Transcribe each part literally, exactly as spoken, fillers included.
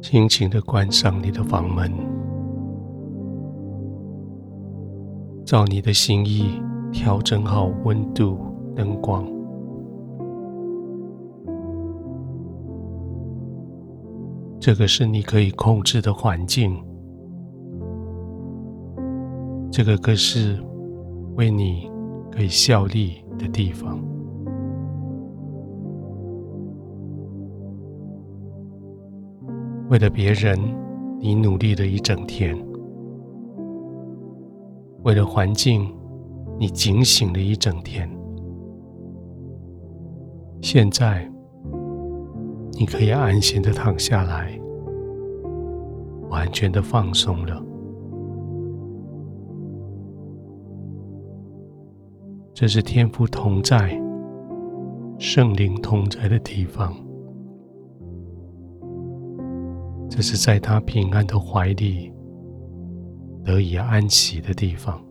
轻轻地关上你的房门，照你的心意调整好温度、灯光。这个是你可以控制的环境，这个更是为你可以效力的地方。为了别人，你努力了一整天；为了环境，你警醒了一整天。现在，你可以安心地躺下来，完全的放松了。这是天父同在、圣灵同在的地方。这是在他平安的怀里得以安息的地方。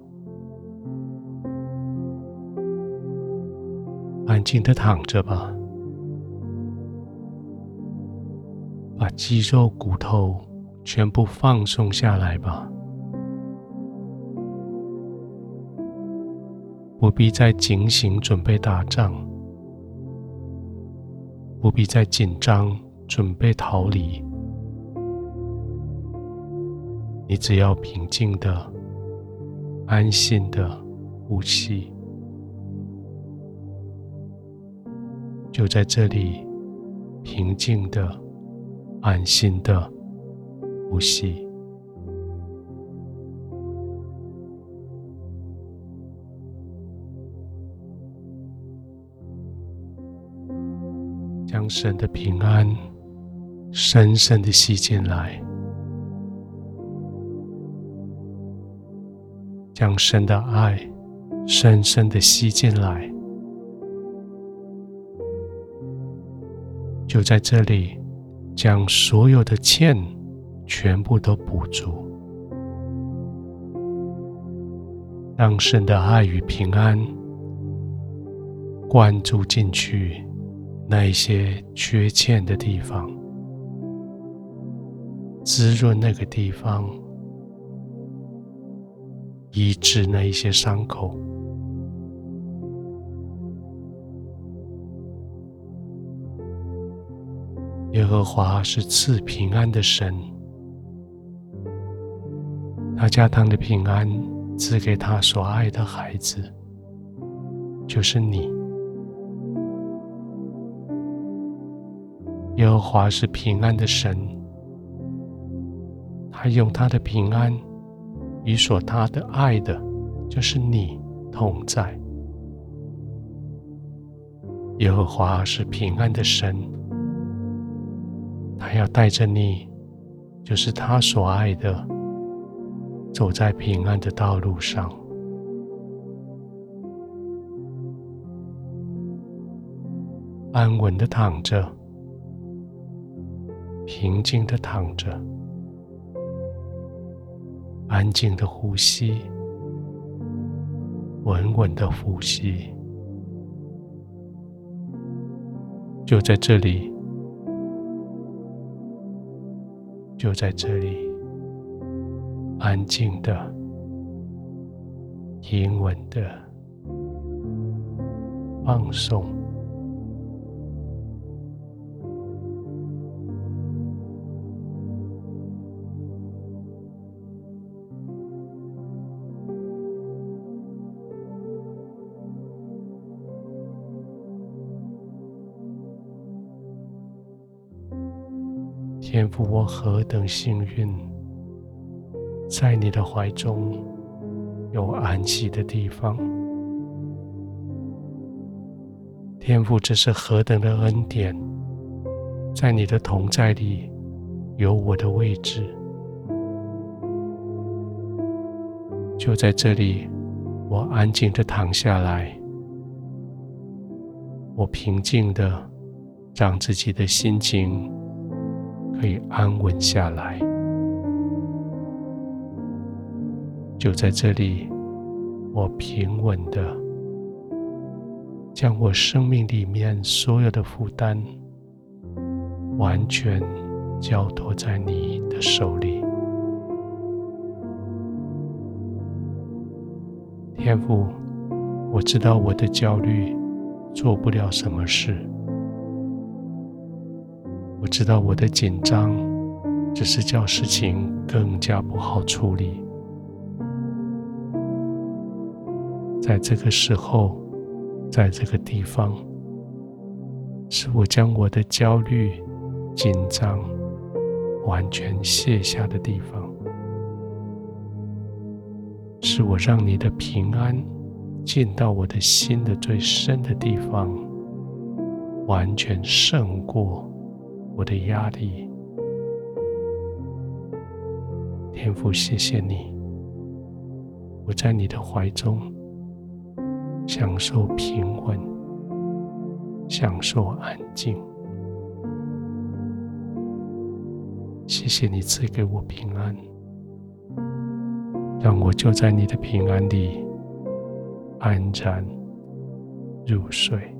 安静地躺着吧，把肌肉骨头全部放松下来吧，不必再警醒准备打仗，不必再紧张准备逃离。你只要平静的、安心的呼吸，就在这里平静的、安心的呼吸。将神的平安深深的吸进来，将神的爱深深的吸进来，就在这里将所有的欠全部都补足，让神的爱与平安灌注进去那一些缺欠的地方，滋润那个地方，医治那一些伤口。耶和华是赐平安的神，他将他的平安赐给他所爱的孩子，就是你。耶和华是平安的神，他用他的平安与所他的爱的，就是你同在。耶和华是平安的神，他要带着你，就是他所爱的，走在平安的道路上。安稳地躺着，平静地躺着，安静的呼吸，稳稳的呼吸，就在这里，就在这里，安静的、平稳的放松。天父，我何等幸运，在你的怀中有安息的地方。天父，这是何等的恩典，在你的同在里有我的位置。就在这里，我安静地躺下来，我平静地让自己的心情可以安稳下来。就在这里，我平稳地将我生命里面所有的负担完全交托在你的手里。天父，我知道我的焦虑做不了什么事，我知道我的紧张只是叫事情更加不好处理。在这个时候，在这个地方，是我将我的焦虑、紧张完全卸下的地方，是我让你的平安进到我的心的最深的地方，完全胜过我的压力。天父，谢谢你，我在你的怀中享受平稳，享受安静。谢谢你赐给我平安，让我就在你的平安里安然入睡。